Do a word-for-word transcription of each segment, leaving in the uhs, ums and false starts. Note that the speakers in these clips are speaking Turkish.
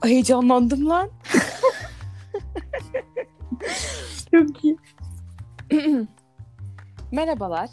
Heyecanlandım lan. Çok iyi. Merhabalar.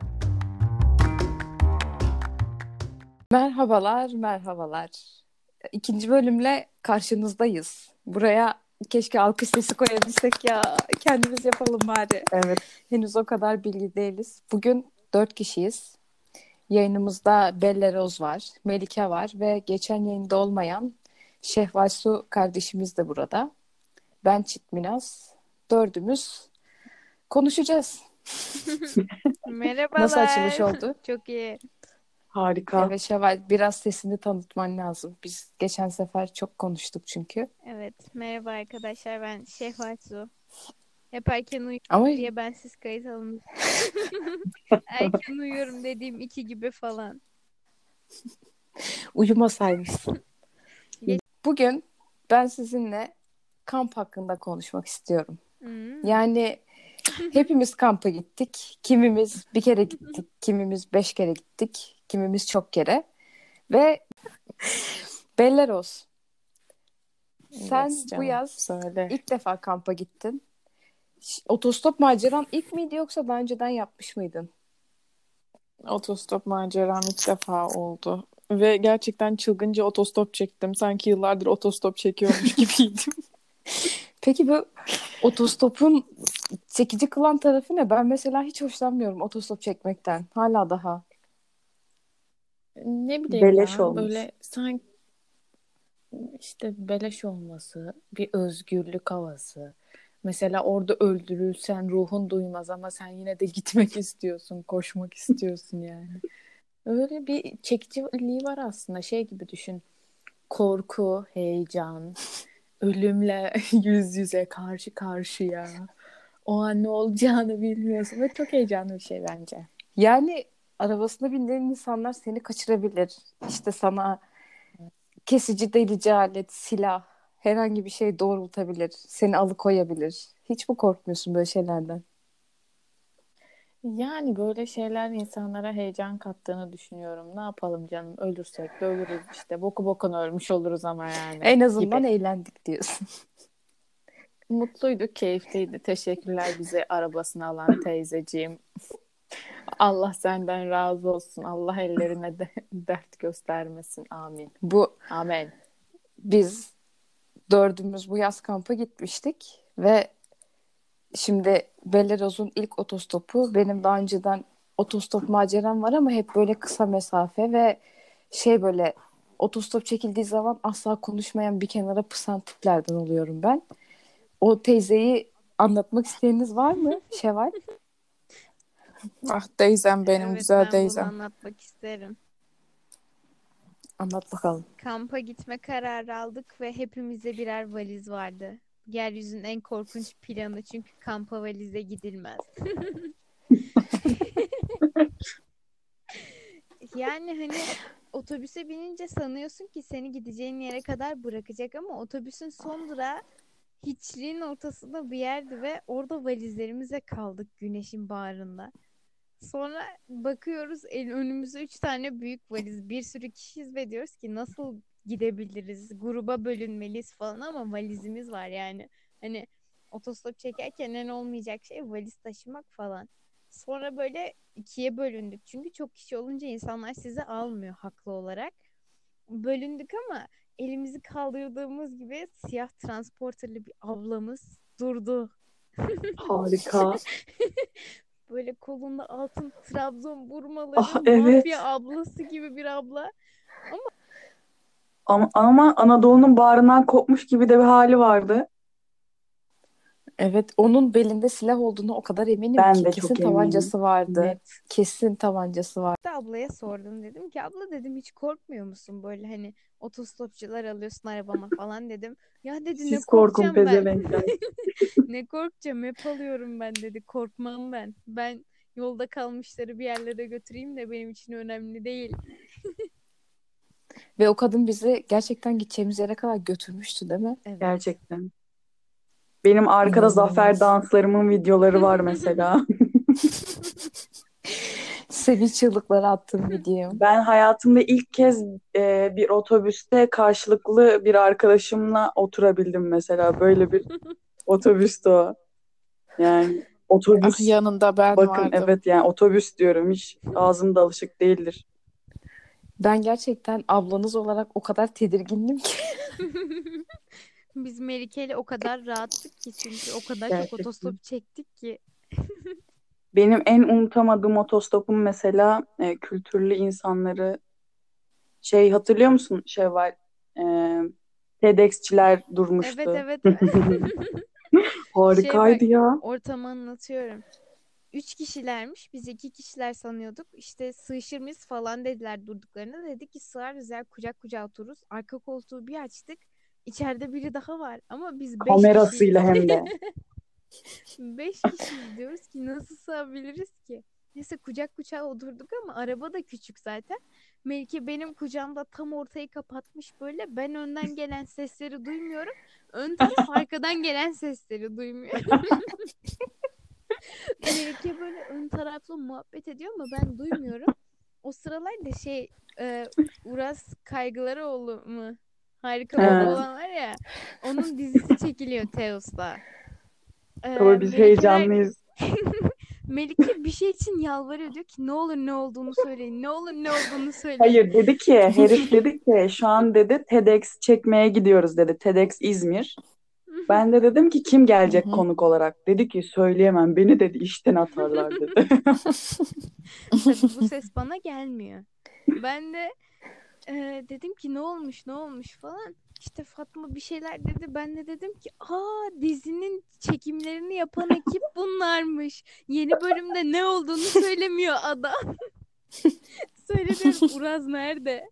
Merhabalar, merhabalar. İkinci bölümle karşınızdayız. Buraya keşke alkış sesi koyabilsek ya. Kendimiz yapalım bari. Evet. Henüz o kadar bilgi değiliz. Bugün dört kişiyiz. Yayınımızda Belleroz var, Melike var ve geçen yayında olmayan Şehval Su kardeşimiz de burada. Ben Çitminaz. Dördümüz konuşacağız. Merhabalar. Nasıl açılış oldu? Çok iyi. Harika. Evet Şevval, biraz sesini tanıtman lazım. Biz geçen sefer çok konuştuk çünkü. Evet. Merhaba arkadaşlar. Ben Şehvat Su. Hep erken uyuyorum Ama diye bensiz kayıt alınmış. Erken uyuyorum dediğim iki gibi falan. uyumasaymışsın. Geç- Bugün ben sizinle kamp hakkında konuşmak istiyorum. Hmm. Yani hepimiz kampa gittik. Kimimiz bir kere gittik, kimimiz beş kere gittik, kimimiz çok kere. Ve Belleroz, sen Evet bu canım, yaz söyle. ilk defa kampa gittin. Ş- Otostop maceran ilk miydi yoksa daha önceden yapmış mıydın? Otostop maceram ilk defa oldu. Ve gerçekten çılgınca otostop çektim. Sanki yıllardır otostop çekiyormuş gibiydim. Peki bu otostopun çekici kılan tarafı ne? Ben mesela hiç hoşlanmıyorum otostop çekmekten. Hala daha. Ne bileyim Beleş ya olmuş. böyle sanki işte beleş olması, bir özgürlük havası. Mesela orada öldürülsen ruhun duymaz ama sen yine de gitmek istiyorsun, koşmak istiyorsun yani. Öyle bir çekiciliği var aslında. Şey gibi düşün. Korku, heyecan, ölümle yüz yüze, karşı karşıya. O an ne olacağını bilmiyorsun ve çok heyecanlı bir şey bence. Yani arabasına bindiğin insanlar seni kaçırabilir. İşte sana kesici delici alet, silah, herhangi bir şey doğrultabilir. Seni alıkoyabilir. Hiç mi korkmuyorsun böyle şeylerden? Yani böyle şeyler insanlara heyecan kattığını düşünüyorum. Ne yapalım canım? Ölürsek de ölürüz işte. Boku bokuna ölmüş oluruz ama yani En azından gibi. eğlendik diyorsun. Mutluyduk, keyifliydi. Teşekkürler bize arabasını alan teyzeciğim. Allah senden razı olsun. Allah ellerine de dert göstermesin. Amin. Bu Amen. biz dördümüz bu yaz kampa gitmiştik ve şimdi Belleroz'un ilk otostopu, benim daha önceden otostop maceram var ama hep böyle kısa mesafe ve şey, böyle otostop çekildiği zaman asla konuşmayan, bir kenara pısan tiplerden oluyorum ben. O teyzeyi anlatmak isteyeniniz var mı Şevval? Ah teyzem benim, Evet, güzel ben bunu teyzem. anlatmak isterim. Anlat bakalım. Kampa gitme kararı aldık ve hepimize birer valiz vardı. Yeryüzünün en korkunç planı, çünkü kampa valize gidilmez. Yani hani otobüse binince sanıyorsun ki seni gideceğin yere kadar bırakacak ama otobüsün son durağı hiçliğin ortasında bir yerdi ve orada valizlerimize kaldık güneşin bağrında. Sonra bakıyoruz, el önümüzde üç tane büyük valiz, bir sürü kişiyiz ve diyoruz ki nasıl gidebiliriz? Gruba bölünmeliyiz falan ama valizimiz var yani. Hani otostop çekerken en olmayacak şey valiz taşımak falan. Sonra böyle ikiye bölündük. Çünkü çok kişi olunca insanlar sizi almıyor haklı olarak. Bölündük ama elimizi kaldırdığımız gibi siyah transporterlı bir ablamız durdu. Harika. Böyle kolunda altın Trabzon burmaları, Ah evet. mafya ablası gibi bir abla. Ama, ama Anadolu'nun bağrından kopmuş gibi de bir hali vardı. Evet, onun belinde silah olduğunu o kadar eminim Ben ki. de Kesin çok eminim. tabancası vardı. Net. Kesin tabancası var. Da ablaya sordum, dedim ki abla, dedim, hiç korkmuyor musun böyle hani otostopçular alıyorsun arabana falan dedim. Ya dedi, ne Siz korkun korkacağım ben. pezevenkler. Ne korkacağım, hep alıyorum ben dedi, korkmam ben. Ben yolda kalmışları bir yerlere götüreyim de benim için önemli değil. Ve o kadın bizi gerçekten gideceğimiz yere kadar götürmüştü, değil mi? Evet. Gerçekten. Benim arkada zafer İnanılmaz. danslarımın videoları var mesela. sevinç çığlıkları attığım videom. Ben hayatımda ilk kez e, bir otobüste karşılıklı bir arkadaşımla oturabildim mesela. Böyle bir otobüstü o. Yani otobüs, Yanında ben bakın vardım. evet yani otobüs diyorum, hiç ağzımda alışık değildir. Ben gerçekten ablanız olarak o kadar tedirgindim ki. Biz Melike'yle o kadar rahattık ki çünkü o kadar çok Gerçekten. otostop çektik ki. Benim en unutamadığım otostopum mesela e, kültürlü insanları şey, hatırlıyor musun Şevval? E, TEDx'çiler Evet durmuştu. evet evet. Şey bak, Harikaydı ya. ortamı anlatıyorum. Üç kişilermiş. Biz iki kişiler sanıyorduk. İşte sığışır mıyız falan dediler durduklarında. Dedik ki sığarız ya, kucak kucağa otururuz. Arka koltuğu bir açtık. İçeride biri daha var. Ama biz beş Kamerasıyla kişiyiz. hem de. Beş kişiyiz, diyoruz ki nasıl sığabiliriz ki? Neyse kucak kucağa oturduk ama araba da küçük zaten. Melike benim kucağımda tam ortayı kapatmış böyle. Ben önden gelen sesleri duymuyorum. Ön taraf arkadan gelen sesleri duymuyor. Melike böyle ön taraflı muhabbet ediyor ama ben duymuyorum. O sıralarda şey e, Uras Kaygılaroğlu mu? Harika Baba Ha. olan var ya. Onun dizisi çekiliyor Teos'ta. E, Tabii biz Melikeler heyecanlıyız. Melike bir şey için yalvarıyor, diyor ki ne olur ne olduğunu söyleyin. Ne olur ne olduğunu söyleyin. Hayır, dedi ki, herif dedi ki şu an dedi TEDx çekmeye gidiyoruz dedi. TEDx İzmir. Ben de dedim ki kim gelecek Hı hı. konuk olarak? Dedi ki söyleyemem, beni dedi işten atarlar dedi. Tabii bu ses bana gelmiyor. Ben de e, dedim ki ne olmuş ne olmuş falan. İşte Fatma bir şeyler dedi. Ben de dedim ki aa, dizinin çekimlerini yapan ekip bunlarmış. Yeni bölümde ne olduğunu söylemiyor adam. Söyledim, Uraz nerede?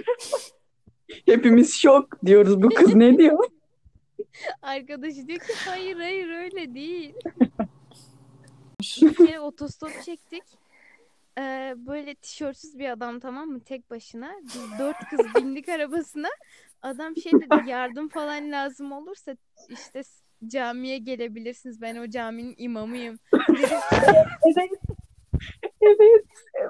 Hepimiz şok diyoruz, bu kız ne diyor? Arkadaşı diyor ki hayır hayır öyle değil. Bir kere otostop çektik. Ee, böyle tişörtsüz bir adam, tamam mı, tek başına. Biz dört kız bindik arabasına. Adam şey dedi, yardım falan lazım olursa işte s- camiye gelebilirsiniz. Ben o caminin imamıyım. Dedim ki Evet, evet.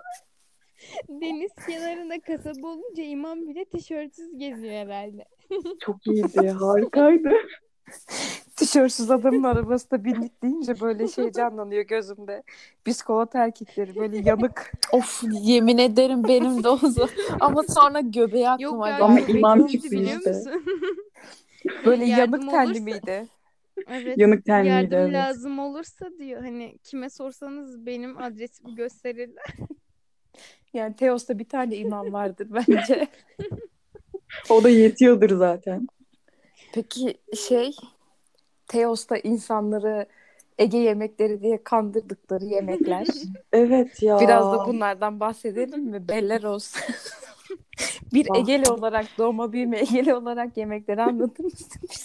deniz kenarında kasaba olunca imam bile tişörtsüz geziyor herhalde. Çok iyiydi, harikaydı. Tişörtsüz adamın arabasına bindik deyince böyle şey canlanıyor gözümde. Biskolata erkekleri böyle yanık. Of, yemin ederim benim de o zaman. Ama sonra göbeği Yok aklıma ya, Ama geldi, imam biliyor göbekliydi çıktı biliyor musun? işte. musun? Böyle Yardım yanık tenli olursa, miydi? evet, Yanık tenliydi, yardım evet. lazım olursa diyor, hani kime sorsanız benim adresimi gösterirler. Yani Teos'ta bir tane imam vardır bence. O da yetiyordur zaten. Peki şey, Teos'ta insanları Ege yemekleri diye kandırdıkları yemekler. Evet ya. Biraz da bunlardan bahsedelim mi? Belleros. Bir Ah, Egeli olarak, doğma büyüme Egeli olarak yemekleri anlatır mısın bize?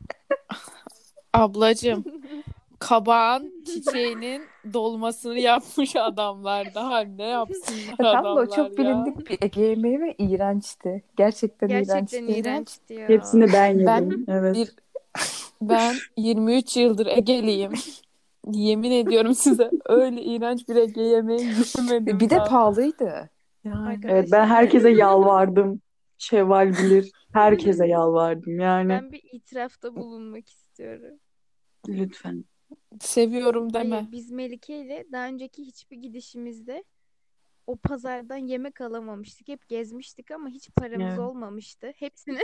Ablacığım, kabağın çiçeğinin dolmasını yapmış adamlar. Daha ne yapsınlar Ya tam da o adamlar çok ya? bilindik bir Ege yemeği ve iğrençti. Gerçekten Gerçekten iğrençti. iğrençti ya. hepsini ben Ben yedim. Evet. bir ben yirmi üç yıldır Egeliyim. Yemin ediyorum size, öyle iğrenç bir Ege yemeği yemedim Bir de daha. pahalıydı. Yani Evet, ben Arkadaşlar herkese yalvardım. Şevval bilir. Herkese yalvardım yani. ben bir itirafta bulunmak istiyorum. Lütfen. seviyorum deme. Hayır, biz Melike ile daha önceki hiçbir gidişimizde o pazardan yemek alamamıştık. Hep gezmiştik ama hiç paramız Evet. olmamıştı. Hepsini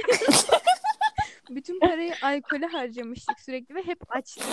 bütün parayı alkole harcamıştık sürekli ve hep açtık.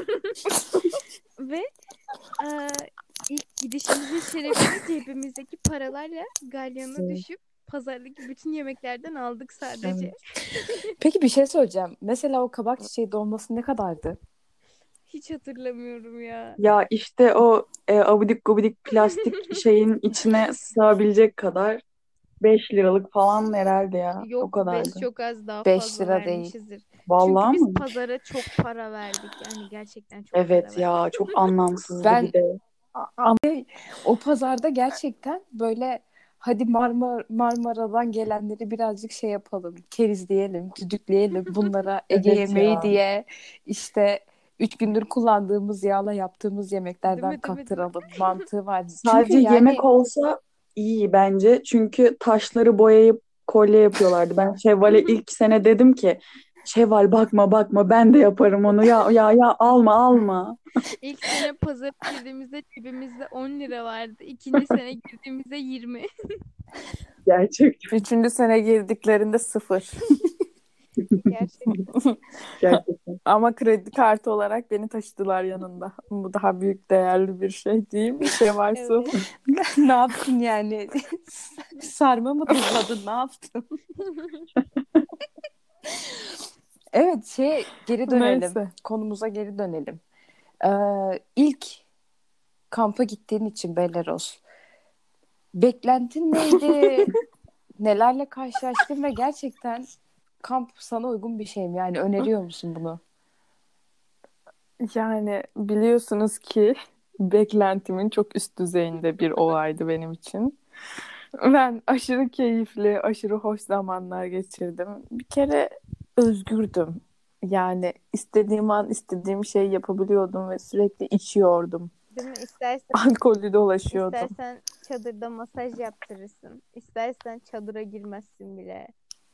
Ve eee, ilk gidişimizin şerefine cebimizdeki paralarla galyana Evet. düşüp pazardaki bütün yemeklerden aldık sadece. Evet. Peki bir şey söyleyeceğim. Mesela o kabak çiçeği dolması ne kadardı? Hiç hatırlamıyorum ya. Ya işte o e, abidik gubidik plastik şeyin içine sığabilecek kadar beş liralık falan herhalde ya. O Yok, beş kadardı. çok az, daha Beş fazla lira değil. vermişizdir. Çünkü Vallahi biz mı? pazara çok para verdik. Yani gerçekten çok para Evet verdik. ya, çok anlamsızdı Ben bir de. ama o pazarda gerçekten böyle hadi Marmar Marmara'dan gelenleri birazcık şey yapalım, kerizleyelim, düdükleyelim bunlara Ege Evet yemeği ya. diye işte Üç gündür kullandığımız yağla yaptığımız Değil yemeklerden mi, değil mi, değil mi? kaptıralım mantığı var. Çünkü Sadece yani yemek olsa iyi bence. Çünkü taşları boyayıp kolye yapıyorlardı. Ben Şevval'e ilk sene dedim ki Şevval bakma bakma ben de yaparım onu. Ya ya ya alma alma. İlk sene pazara girdiğimizde cebimizde on lira vardı. İkinci sene girdiğimizde yirmi. Gerçekten Üçüncü sene girdiklerinde sıfır. Gerçekten. gerçekten. Ama kredi kartı olarak beni taşıdılar yanında. Bu daha büyük değerli bir şey değil mi Şevval Su? Evet. ne yaptın yani? Sarma mı tuzladın? Ne yaptın? Evet, şey geri dönelim. Neyse. Konumuza geri dönelim. Ee, ilk kampa gittiğin için Belleros. Beklentin neydi? Nelerle karşılaştın ve gerçekten kamp sana uygun bir şey mi? Yani öneriyor musun bunu? Yani biliyorsunuz ki beklentimin çok üst düzeyinde bir olaydı benim için. Ben aşırı keyifli, aşırı hoş zamanlar geçirdim. Bir kere özgürdüm. Yani istediğim an istediğim şeyi yapabiliyordum ve sürekli içiyordum. Değil mi? İstersen, Alkollü dolaşıyordum. istersen çadırda masaj yaptırırsın. İstersen çadıra girmezsin bile.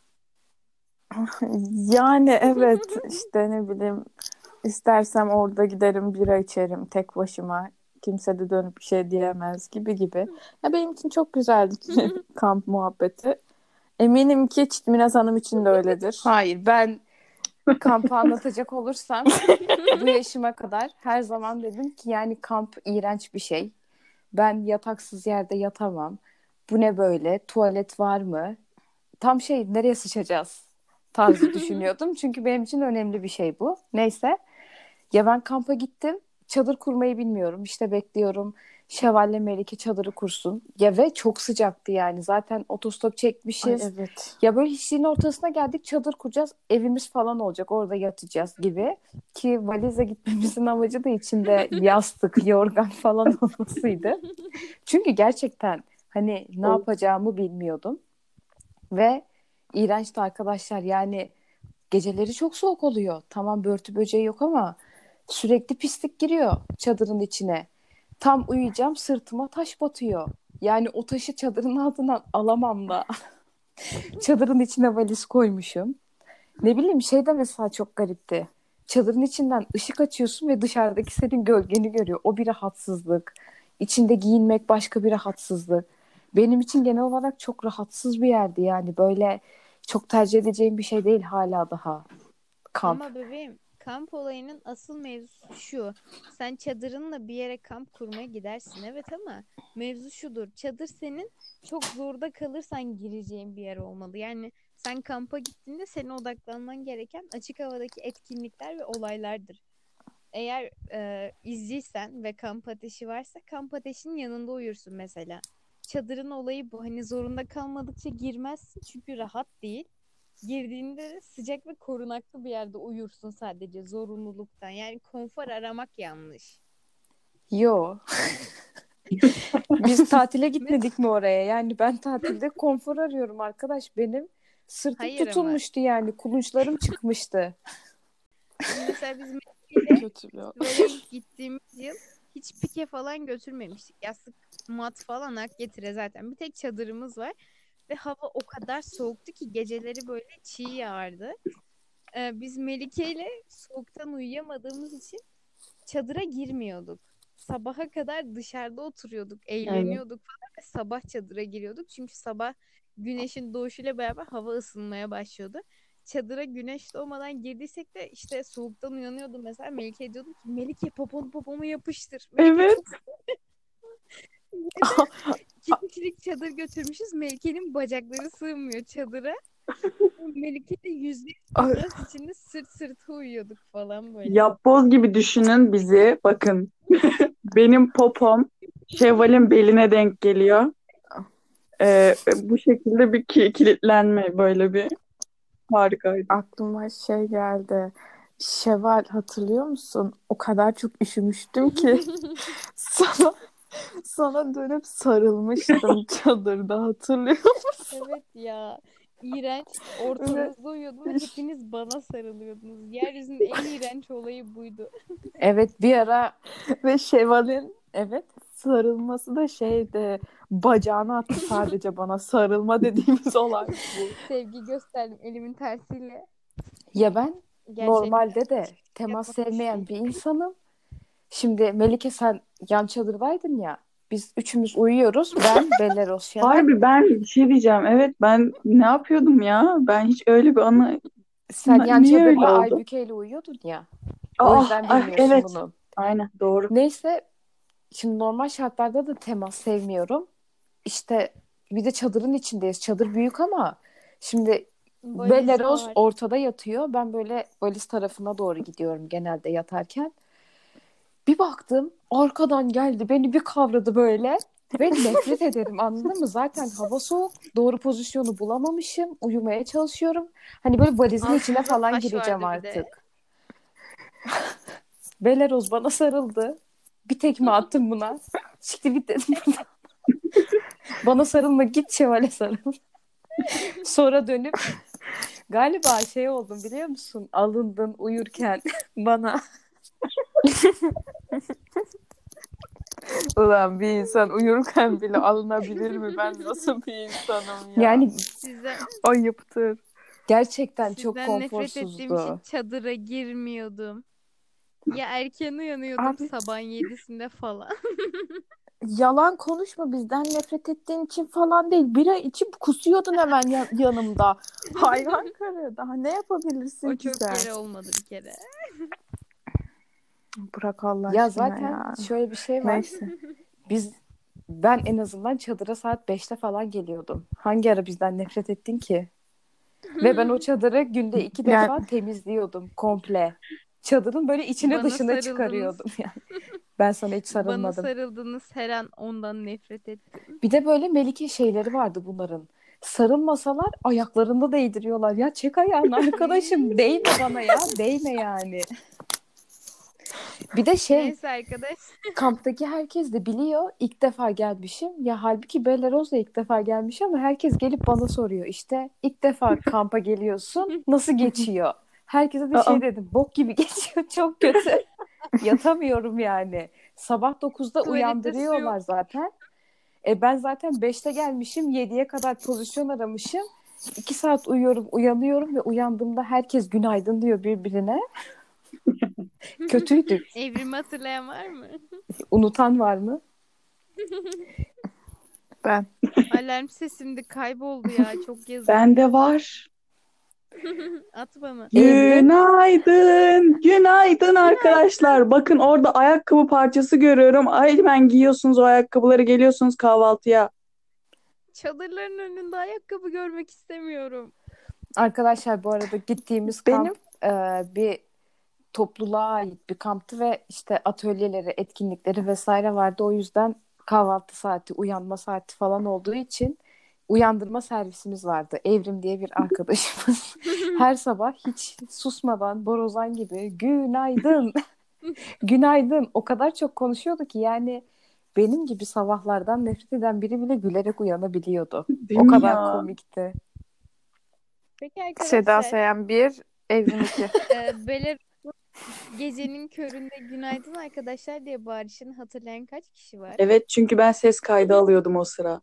Yani evet işte ne bileyim istersem orada giderim bira içerim tek başıma. Kimse de dönüp bir şey diyemez gibi gibi. Ya benim için çok güzeldi kamp muhabbeti. Eminim ki Çitmines Hanım için de öyledir. Hayır, ben kampı anlatacak olursam bu yaşıma kadar her zaman dedim ki yani kamp iğrenç bir şey. Ben yataksız yerde yatamam. Bu ne böyle? Tuvalet var mı? Tam şey, nereye sıçacağız tarzı düşünüyordum. Çünkü benim için önemli bir şey bu. Neyse. Ya ben kampa gittim. Çadır kurmayı bilmiyorum. İşte bekliyorum. Şevval'le Melike çadırı kursun. Ya ve çok sıcaktı yani. Zaten otostop Ay çekmişiz. evet. Ya böyle hiçliğin ortasına geldik, çadır kuracağız. Evimiz falan olacak. Orada yatacağız gibi. Ki valize gitmemizin amacı da içinde yastık, yorgan falan olmasıydı. Çünkü gerçekten hani ne O- yapacağımı bilmiyordum. Ve iğrençti arkadaşlar. Yani geceleri çok soğuk oluyor. Tamam, börtü böceği yok ama sürekli pislik giriyor çadırın içine. Tam uyuyacağım, sırtıma taş batıyor. Yani o taşı çadırın altından alamam da. Çadırın içine valiz koymuşum. Ne bileyim, şey de mesela çok garipti. Çadırın içinden ışık açıyorsun ve dışarıdaki senin gölgeni görüyor. O bir rahatsızlık. İçinde giyinmek başka bir rahatsızlık. Benim için genel olarak çok rahatsız bir yerdi yani. Böyle çok tercih edeceğim bir şey değil hala daha kamp. Ama bebeğim, kamp olayının asıl mevzusu şu. Sen çadırınla bir yere kamp kurmaya gidersin, evet, ama mevzu şudur. Çadır senin çok zorda kalırsan gireceğin bir yer olmalı. Yani sen kampa gittiğinde senin odaklanman gereken açık havadaki etkinlikler ve olaylardır. Eğer e, izciysen ve kamp ateşi varsa kamp ateşinin yanında uyursun mesela. Çadırın olayı bu. Hani zorunda kalmadıkça girmezsin çünkü rahat değil. Girdiğinde de sıcak ve korunaklı bir yerde uyursun sadece zorunluluktan. Yani konfor aramak yanlış. Yo. Biz tatile gitmedik mi oraya? Yani ben tatilde konfor arıyorum arkadaş. Benim sırtım Hayır ama tutulmuştu yani. Kulunçlarım çıkmıştı. şimdi mesela biz Mekke'yle Kötü bir festivale ilk gittiğimiz yıl hiç pike falan götürmemiştik. Yastık, mat falan ak getire zaten. Bir tek çadırımız var. Ve hava o kadar soğuktu ki geceleri böyle çiğ yağardı. Ee, biz Melike ile soğuktan uyuyamadığımız için çadıra girmiyorduk. Sabaha kadar dışarıda oturuyorduk, Evet. eğleniyorduk falan ve sabah çadıra giriyorduk. Çünkü sabah güneşin doğuşuyla beraber hava ısınmaya başlıyordu. Çadıra güneş doğmadan girdiysek de işte soğuktan uyanıyordum mesela. Melike diyordum ki Melike poponu poponu yapıştır. Melike Evet. çok Neden? İki kişilik çadır götürmüşüz. Melike'nin bacakları sığmıyor çadıra. Melike de yüzde yüz Ay, stresli içinde sırt sırta uyuyorduk falan böyle. Yapboz gibi düşünün bizi. Bakın. Benim popom Şevval'in beline denk geliyor. Ee, bu şekilde bir ki- kilitlenme böyle bir harikaydı. aklıma şey geldi. Şevval hatırlıyor musun? O kadar çok üşümüştüm ki sana sana dönüp sarılmıştım çadırda hatırlıyor musun? Evet ya. iğrenç. Ortanızda uyuyordum ve hepiniz bana sarılıyordunuz. Yeryüzünün en iğrenç olayı buydu. Evet, bir ara Ve Şevval'in evet. sarılması da şeyde bacağını attı sadece bana. Sarılma dediğimiz olay bu. Sevgi gösterdim elimin tersiyle. Ya ben Gerçekten normalde de temas yapmak hoş sevmeyen değil. bir insanım. Şimdi Melike sen yan çadırdaydın ya. Biz üçümüz uyuyoruz. Ben, Belleros, Şevval. Harbi ben bir şey diyeceğim. Evet ben ne yapıyordum ya? Ben hiç öyle bir anı Sen yan niye öyle çadırda oldu? Aybüke ile uyuyordun ya. O Aa, yüzden ah, bilmiyorsun evet. bunu. Aynen doğru. Neyse, şimdi normal şartlarda da temas sevmiyorum. İşte bir de çadırın içindeyiz. Çadır büyük ama şimdi Valiz Belleros var. ortada yatıyor. Ben böyle valiz tarafına doğru gidiyorum genelde yatarken. Bir baktım arkadan geldi beni bir kavradı böyle. Ve nefret ederim, anladın mı? Zaten hava soğuk. Doğru pozisyonu bulamamışım. Uyumaya çalışıyorum. Hani böyle valizin içine Altında falan taş gireceğim vardı bir de. artık. Belleros bana sarıldı. Bir tekme attım buna. Siktir git dedim buradan. Bana sarılma, git Şevval'e sarıl. Sonra dönüp galiba şey oldum biliyor musun? Alındın uyurken bana. Ulan bir insan uyurken bile alınabilir mi? Ben nasıl bir insanım ya? Yani Sizden, Ayıptır. gerçekten çok sizden nefret ettiğim için konforsuzdu. çadıra girmiyordum. Ya erken uyanıyordum Abi sabahın yedisinde falan. yalan konuşma, bizden nefret ettiğin için falan değil. Bira içip kusuyordun hemen ya- yanımda. Hayvan karı. Daha ne yapabilirsin O ki çok sen? kere olmadı bir kere. Bırak Allah Ya aşkına zaten ya. şöyle bir şey var. Neyse. Biz ben en azından çadıra saat beşte falan geliyordum. Hangi ara bizden nefret ettin ki? Ve ben o çadırı günde iki Yani defa temizliyordum komple. Çadırın böyle içine Bana dışına sarıldınız. çıkarıyordum yani. Ben sana hiç Bana sarılmadım. sarıldınız her an ondan nefret ettim. Bir de böyle Melike şeyleri vardı bunların. Sarılmasalar ayaklarında değdiriyorlar. Ya çek ayağını arkadaşım. Değme bana ya. Değme yani. Bir de şey, Neyse arkadaş. kamptaki herkes de biliyor. İlk defa gelmişim. Ya halbuki Belarus da ilk defa gelmiş ama herkes gelip bana soruyor. İşte ilk defa kampa geliyorsun. Nasıl geçiyor? Herkese de Aa, şey dedim. Bok gibi geçiyor. Çok kötü. Yatamıyorum yani. Sabah dokuzda Tuvalette su yok. uyandırıyorlar zaten. E ben zaten beşte gelmişim. yediye kadar pozisyon aramışım. iki saat uyuyorum, uyanıyorum ve uyandığımda herkes günaydın diyor birbirine. Kötüydü. Evrimi hatırlayan var mı? Unutan var mı? ben. Alarm sesimde kayboldu ya. Çok yazık. bende var. At bana. Evrim. Günaydın. Günaydın arkadaşlar. Bakın orada ayakkabı parçası görüyorum. Ay ben giyiyorsunuz o ayakkabıları, geliyorsunuz kahvaltıya. Çadırların önünde ayakkabı görmek istemiyorum. Arkadaşlar bu arada gittiğimiz Benim kamp e, bir topluluğa ait bir kamptı ve işte atölyeleri, etkinlikleri vesaire vardı. O yüzden kahvaltı saati, uyanma saati falan olduğu için uyandırma servisimiz vardı. Evrim diye bir arkadaşımız. Her sabah hiç susmadan borazan gibi günaydın, günaydın. O kadar çok konuşuyordu ki yani benim gibi sabahlardan nefret eden biri bile gülerek uyanabiliyordu. Değil O mi kadar ya? komikti. Peki Seda arkadaşlar. Sayan bir, Evrim iki. e, Belarus'un gecenin köründe günaydın arkadaşlar diye bağırışını hatırlayan kaç kişi var? Evet çünkü ben ses kaydı alıyordum o sıra.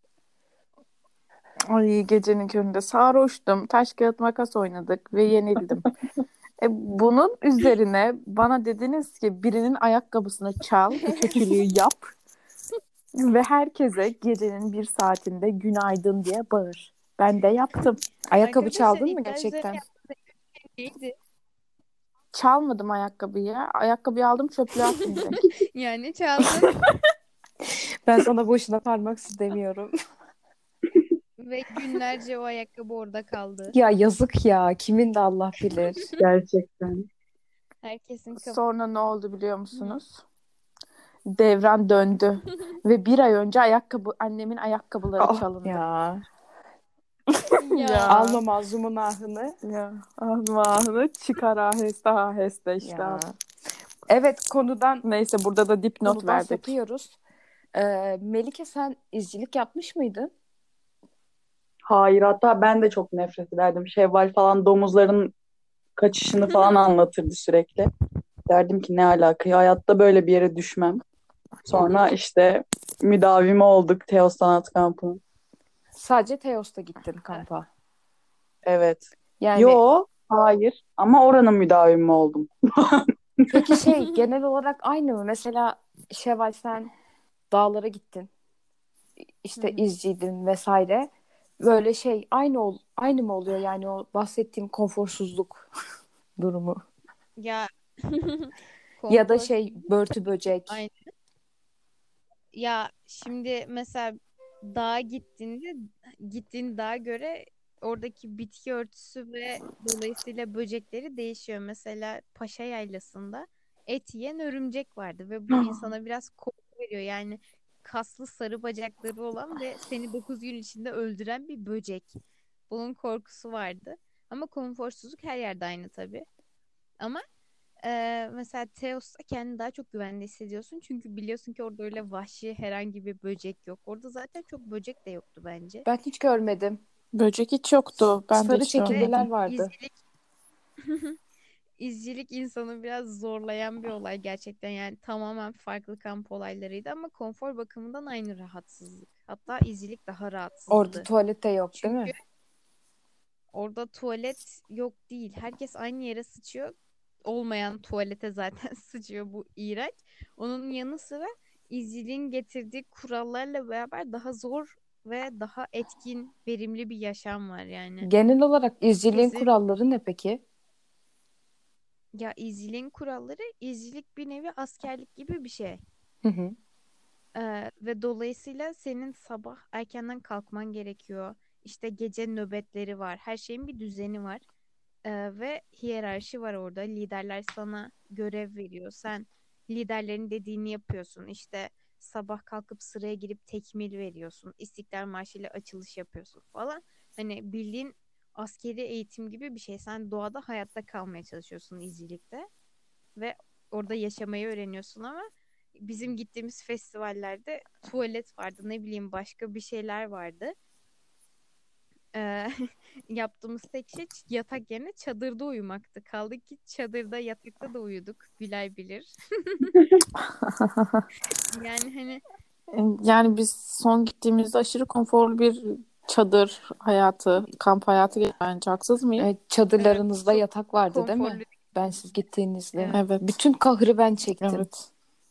Ay gecenin köründe sarhoştum. Taş kağıt makas oynadık ve yenildim. E, bunun üzerine bana dediniz ki birinin ayakkabısını çal, bu kötülüğü yap ve herkese gecenin bir saatinde günaydın diye bağır. Ben de yaptım. Ayakkabı Arkadaşlar çaldın mı iddia üzerine gerçekten? yaptığınız neydi? Çalmadım ayakkabıyı. Ayakkabıyı aldım çöplüğe attım direkt. Yani çaldın Ben sana boşuna parmaksız demiyorum. ve günlerce o ayakkabı orada kaldı. Ya yazık ya. Kimin de Allah bilir. Gerçekten. Herkesin kafası. Sonra ne oldu biliyor musunuz? Devran döndü ve bir ay önce ayakkabı annemin ayakkabıları Aa, çalındı. Ya. Ya. Alma mazlumun ahını. Ya ahını çıkar aheste aheste işte. Ya. Evet, konudan Neyse burada da dipnot konudan verdik. sapıyoruz. Ee, Melike sen izcilik yapmış mıydın? Hayır, hatta ben de çok nefret ederdim. Şevval falan domuzların kaçışını falan anlatırdı sürekli. Derdim ki ne alaka ya, hayatta böyle bir yere düşmem. Sonra işte müdavimi olduk Teos Sanat Kampı'nın. Sadece Teos'ta gittin kampa. Evet. Yani Yo, hayır ama oranın müdavimi oldum. peki şey genel olarak aynı mı? Mesela Şevval sen dağlara gittin. Hı İşte hı. izciydin vesaire. Böyle şey aynı ol aynı mı oluyor yani o bahsettiğim konforsuzluk durumu? Ya Ya da konfor şey börtü böcek. aynı. Ya şimdi mesela dağa gittiğinde gittiğin dağa göre oradaki bitki örtüsü ve dolayısıyla böcekleri değişiyor. Mesela Paşa Yaylası'nda et yiyen örümcek vardı ve bu insana biraz korku veriyor. Yani kaslı sarı bacakları olan ve seni dokuz gün içinde öldüren bir böcek. Bunun korkusu vardı. Ama konforsuzluk her yerde aynı tabii. Ama ee, mesela Teos'ta kendini daha çok güvende hissediyorsun. Çünkü biliyorsun ki orada öyle vahşi herhangi bir böcek yok. Orada zaten çok böcek de yoktu bence. Ben hiç görmedim. Böcek hiç yoktu. Ben de Sarı hiç Ve çekirgeler görmedim. vardı. izcilik izcilik insanı biraz zorlayan bir olay gerçekten. Yani tamamen farklı kamp olaylarıydı ama konfor bakımından aynı rahatsızlık. Hatta izcilik daha Orada rahatsızdı. tuvalet de yok değil Çünkü mi? orada tuvalet yok değil. Herkes aynı yere sıçıyor. Olmayan tuvalete zaten sıçıyor, bu iğrenç. Onun yanı sıra izciliğin getirdiği kurallarla beraber daha zor ve daha etkin, verimli bir yaşam var yani. Genel olarak izciliğin Kesin kuralları ne peki? ya, izciliğin kuralları, izcilik bir nevi askerlik gibi bir şey. Hı hı. Ee, ve dolayısıyla senin sabah erkenden kalkman gerekiyor. İşte gece nöbetleri var. Her şeyin bir düzeni var. Ee, ve hiyerarşi var orada. Liderler sana görev veriyor. Sen liderlerin dediğini yapıyorsun. İşte sabah kalkıp sıraya girip tekmil veriyorsun. İstiklal Marşı ile açılış yapıyorsun falan. Hani bildiğin askeri eğitim gibi bir şey. Sen doğada hayatta kalmaya çalışıyorsun izcilikte ve orada yaşamayı öğreniyorsun ama bizim gittiğimiz festivallerde tuvalet vardı, ne bileyim başka bir şeyler vardı. Ee, yaptığımız tek şey ç- yatak yerine çadırda uyumaktı. Kaldı ki çadırda, yatakta da uyuduk. Gülay bilir. Yani hani Yani biz son gittiğimizde aşırı konforlu bir çadır hayatı, kamp hayatı geçti bence. Haksız mıyım? Evet, evet, çadırlarınızda çok yatak vardı değil konforlu. mi? Ben siz gittiğinizde. Evet. Evet. Bütün kahrı ben çektim. Evet.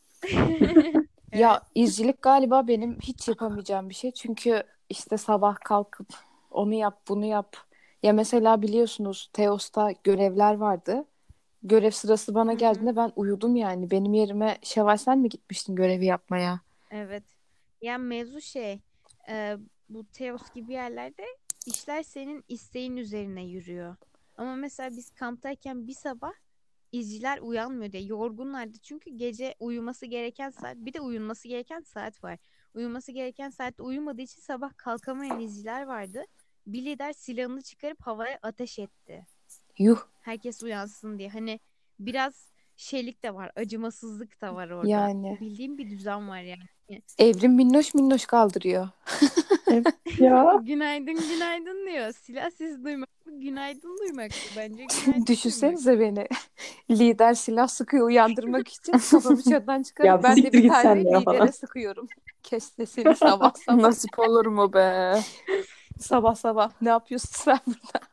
Evet. Ya izcilik galiba benim hiç yapamayacağım bir şey. Çünkü işte sabah kalkıp onu yap, bunu yap. Ya mesela biliyorsunuz Teos'ta görevler vardı. Görev sırası bana Hı hı. geldiğinde ben uyudum yani. Benim yerime Şevval sen mi gitmiştin görevi yapmaya? Evet. Yani mevzu şey, e, bu Teos gibi yerlerde işler senin isteğin üzerine yürüyor. Ama mesela biz kamptayken bir sabah izciler uyanmıyor diye yorgunlardı. Çünkü gece uyuması gereken saat, bir de uyunması gereken saat var. Uyuması gereken saatte uyumadığı için sabah kalkamayan izciler vardı. Bir lider silahını çıkarıp havaya ateş etti. Yuh Herkes uyansın diye. Hani biraz şeylik de var, acımasızlık da var orada. yani. Bildiğim bir düzen var yani. Evrim minnoş minnoş kaldırıyor. Evet ya. Günaydın günaydın diyor. Silah sesi duymak mı? Günaydın duymak mı? Bence günaydın duymak. Düşünsenize beni. Lider silah sıkıyor uyandırmak için. Kafamı çatıdan çıkarıp Ya ben de siktir bir git sen de tane ya lidere falan. sıkıyorum. Kes sesini sabah sabah. Nasip olur mu be? Sabah sabah. Ne yapıyorsun sen burada?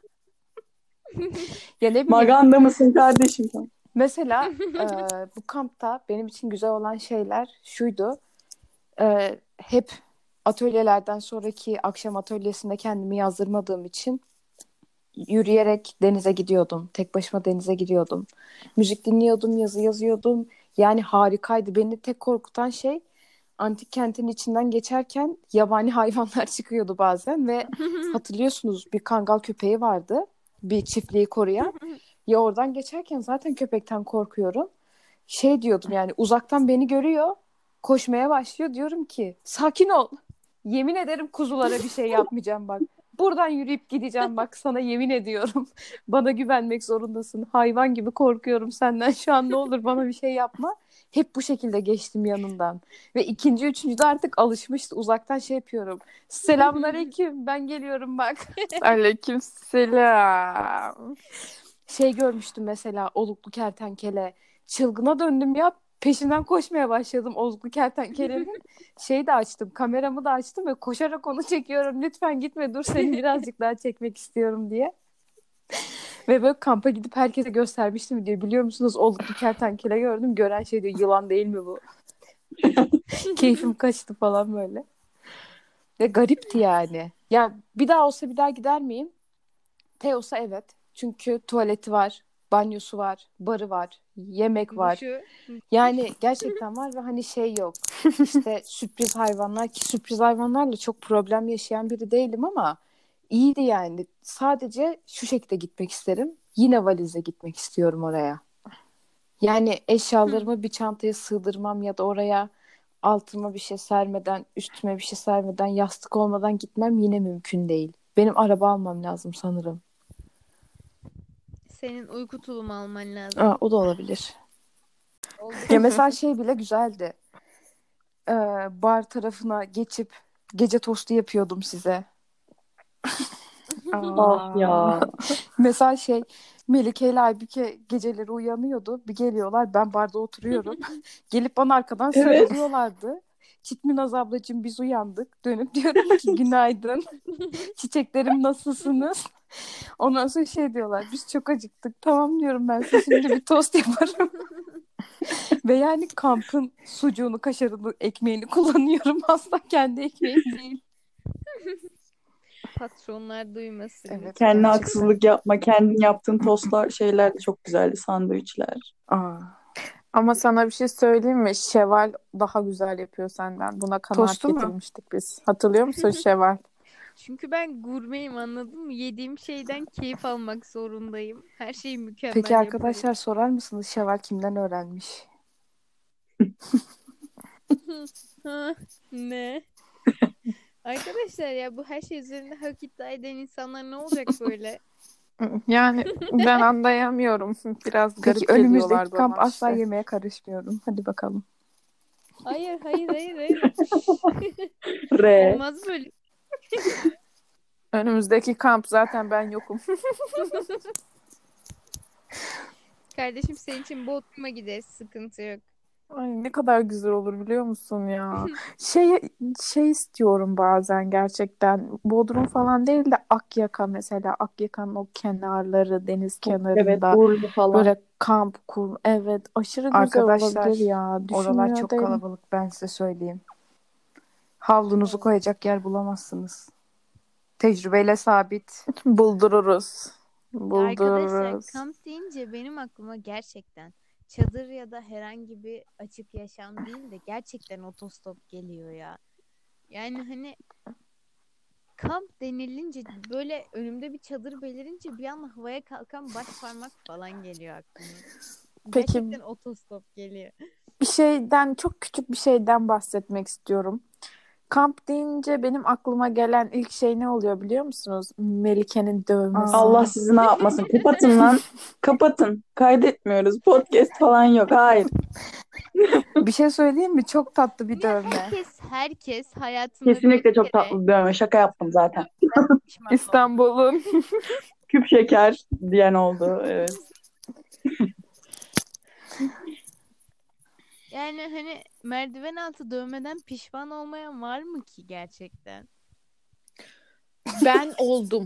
Ya ne bileyim. Maganda mısın kardeşim sen? Mesela e, bu kampta benim için güzel olan şeyler şuydu. E, hep atölyelerden sonraki akşam atölyesinde kendimi yazdırmadığım için yürüyerek denize gidiyordum. Tek başıma denize gidiyordum. Müzik dinliyordum, yazı yazıyordum. Yani harikaydı. Beni tek korkutan şey antik kentin içinden geçerken yabani hayvanlar çıkıyordu bazen ve hatırlıyorsunuz bir kangal köpeği vardı. Bir çiftliği koruyan. Ya oradan geçerken zaten köpekten korkuyorum. Şey diyordum yani uzaktan beni görüyor. Koşmaya başlıyor. Diyorum ki sakin ol. Yemin ederim kuzulara bir şey yapmayacağım bak. Buradan yürüyüp gideceğim bak sana yemin ediyorum. Bana güvenmek zorundasın. Hayvan gibi korkuyorum senden şu an ne olur bana bir şey yapma. Hep bu şekilde geçtim yanından. Ve ikinci, üçüncü de artık alışmıştı. Uzaktan şey yapıyorum. Selamünaleyküm, ben geliyorum bak. Aleykümselam. Şey görmüştüm mesela, oluklu kertenkele. Çılgına döndüm ya. Peşinden koşmaya başladım oluklu kertenkelenin. Şeyi de açtım. Kameramı da açtım ve koşarak onu çekiyorum. Lütfen gitme, dur seni birazcık daha çekmek istiyorum diye. Ve böyle kampa gidip herkese göstermiştim diyor. Biliyor musunuz, oluklu kertenkele gördüm. Gören şey diyor, yılan değil mi bu? Keyfim kaçtı falan böyle. Ve garipti yani. Ya bir daha olsa bir daha gider miyim? Teos'a evet. Çünkü tuvaleti var, banyosu var, barı var, yemek var. Duşu. Yani gerçekten var ve hani şey yok. İşte sürpriz hayvanlar, ki sürpriz hayvanlarla çok problem yaşayan biri değilim ama iyiydi yani. Sadece şu şekilde gitmek isterim. Yine valizle gitmek istiyorum oraya. Yani eşyalarımı bir çantaya sığdırmam ya da oraya altıma bir şey sermeden, üstüme bir şey sermeden, yastık olmadan gitmem yine mümkün değil. Benim araba almam lazım sanırım. Senin uyku tulumu alman lazım. Aa, o da olabilir. Oldu. Ya mesela şey bile güzeldi. Ee, bar tarafına geçip gece tostu yapıyordum size. Ah ya. Mesela şey, Melike ile Aybüke geceleri uyanıyordu. Bir geliyorlar, ben barda oturuyorum. Gelip bana arkadan Evet. sarılıyorlardı. Çitminaz ablacığım biz uyandık. Dönüp diyorum ki günaydın. Çiçeklerim nasılsınız? Ondan sonra şey diyorlar, biz çok acıktık. Tamam diyorum, ben size şimdi bir tost yaparım. Ve yani kampın sucuğunu, kaşarını, ekmeğini kullanıyorum. Asla kendi ekmeğim değil. Patronlar duymasın. Evet, Kendine gerçekten. haksızlık yapma. Kendin yaptığın tostlar şeyler de çok güzeldi. Sandviçler. Aa, Ama sana bir şey söyleyeyim mi? Şeval daha güzel yapıyor senden. Buna kanaat tostu mu? getirmiştik biz. Hatırlıyor musun Şeval? Çünkü ben gurmeyim, anladın mı? Yediğim şeyden keyif almak zorundayım. Her şeyi mükemmel Peki yaparım. arkadaşlar, sorar mısınız Şevval kimden öğrenmiş? Ha, ne? Arkadaşlar ya, bu her şey üzerinde hak iddia eden insanlar ne olacak böyle? Yani ben anlayamıyorum. Biraz Peki garip geliyorlar önümüzdeki kamp bana asla işte. yemeğe karışmıyorum. Hadi bakalım. Hayır hayır hayır hayır. Re. Olmaz böyle. Önümüzdeki kamp zaten ben yokum. Kardeşim, senin için Bodrum'a gideriz, sıkıntı yok. Ay, ne kadar güzel olur biliyor musun ya? Şey şey istiyorum bazen gerçekten. Bodrum falan değil de Akyaka mesela. Akyaka'nın o kenarları, deniz Evet, kenarında Urla falan. böyle kamp kur. Evet, aşırı güzel Arkadaşlar, olabilir ya. oralar Düşünmüyor çok değilim. kalabalık, ben size söyleyeyim. Havlunuzu koyacak yer bulamazsınız. Tecrübeyle sabit. Buldururuz. Ya arkadaşlar, Buldururuz. kamp deyince benim aklıma gerçekten çadır ya da herhangi bir açık yaşam değil de gerçekten otostop geliyor ya. Yani hani kamp denilince, böyle önümde bir çadır belirince bir anda havaya kalkan baş parmak falan geliyor aklıma. Peki Gerçekten otostop geliyor. bir şeyden, çok küçük bir şeyden bahsetmek istiyorum. Kamp deyince benim aklıma gelen ilk şey ne oluyor biliyor musunuz? Melike'nin dövmesi. Allah sizi ne yapmasın. Kapatın lan. Kapatın. Kaydetmiyoruz. Podcast falan yok. Hayır. Bir şey söyleyeyim mi? Çok tatlı bir Ya dövme. herkes herkes hayatında Kesinlikle bir çok kere tatlı bir dövme. Şaka yaptım zaten. pişman oldu. İstanbul'un Küp şeker diyen oldu. Evet. Yani hani merdiven altı dövmeden pişman olmayan var mı ki gerçekten? Ben oldum.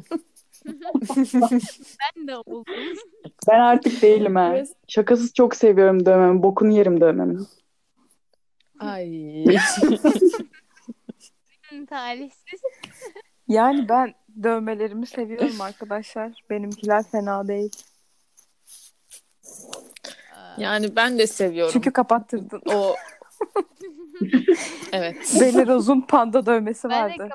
Ben de oldum. Ben artık değilim ha. Ve- Şakasız çok seviyorum dövmemi. Bokunu yerim dövmemin. Ay. Hmm, Talihsiz. Yani ben dövmelerimi seviyorum arkadaşlar. Benimkiler fena değil. Aa, Yani ben de seviyorum. Çünkü kapattırdın. O evet. Beleroz'un panda dövmesi ben de vardı.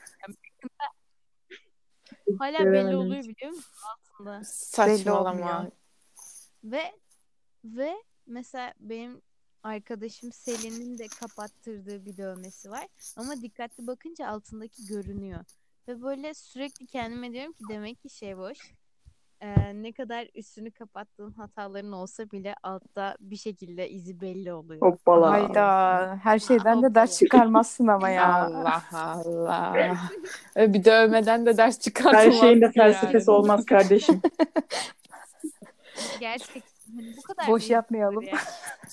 hala belli Göremedim oluyor, hiç. biliyor musun, altında. Saçmalama. olmuyor. Ve ve mesela benim arkadaşım Selin'in de kapattırdığı bir dövmesi var. Ama dikkatli bakınca altındaki görünüyor. Ve böyle sürekli kendime diyorum ki demek ki şey boş. e, ne kadar üstünü kapattığın hataların olsa bile altta bir şekilde izi belli oluyor. Hoppala. Hayda. Her şeyden de ders Hoppala. çıkarmazsın ama ya. Allah Allah. E, Bir dövmeden de ders Her çıkartılmaz şeyin de ki felsefesi yani. olmaz kardeşim. Gerçekten hani bu kadar Boş mı yapılır yapmayalım. ya?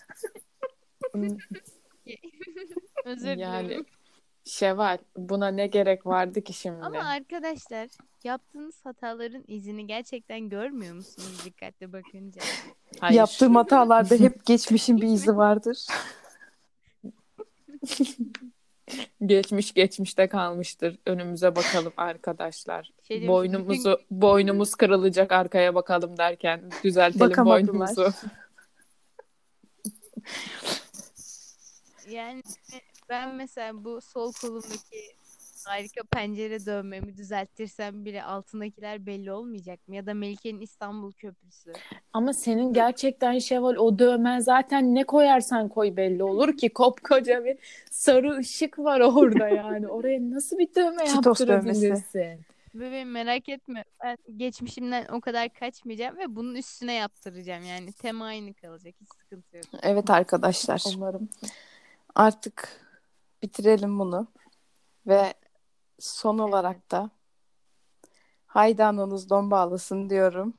Özür Yani dilerim. Şevval, buna ne gerek vardı ki şimdi? Ama arkadaşlar yaptığınız hataların izini gerçekten görmüyor musunuz dikkatli bakınca? Hayır. Yaptığım hatalarda hep geçmişin bir izi vardır. Geçmiş geçmişte kalmıştır. Önümüze bakalım arkadaşlar. Şey diyormuş, Boynumuzu boynumuz kırılacak arkaya bakalım derken düzeltelim Bakamadılar. boynumuzu. Yani ben mesela bu sol kolumdaki harika pencere dövmemi düzelttirsem bile altındakiler belli olmayacak mı? Ya da Melike'nin İstanbul Köprüsü. Ama senin gerçekten Şevval o dövmen zaten ne koyarsan koy belli olur ki. Kopkoca bir sarı ışık var orada yani. Oraya nasıl bir dövme Çitos dövmesi. yaptırabilirsin? Bebeğim merak etme. Ben geçmişimden o kadar kaçmayacağım ve bunun üstüne yaptıracağım. Yani tema aynı kalacak. Hiç sıkıntı yok. Evet arkadaşlar. Umarım. Artık bitirelim bunu. Ve son olarak da haydi ananız don bağlasın diyorum.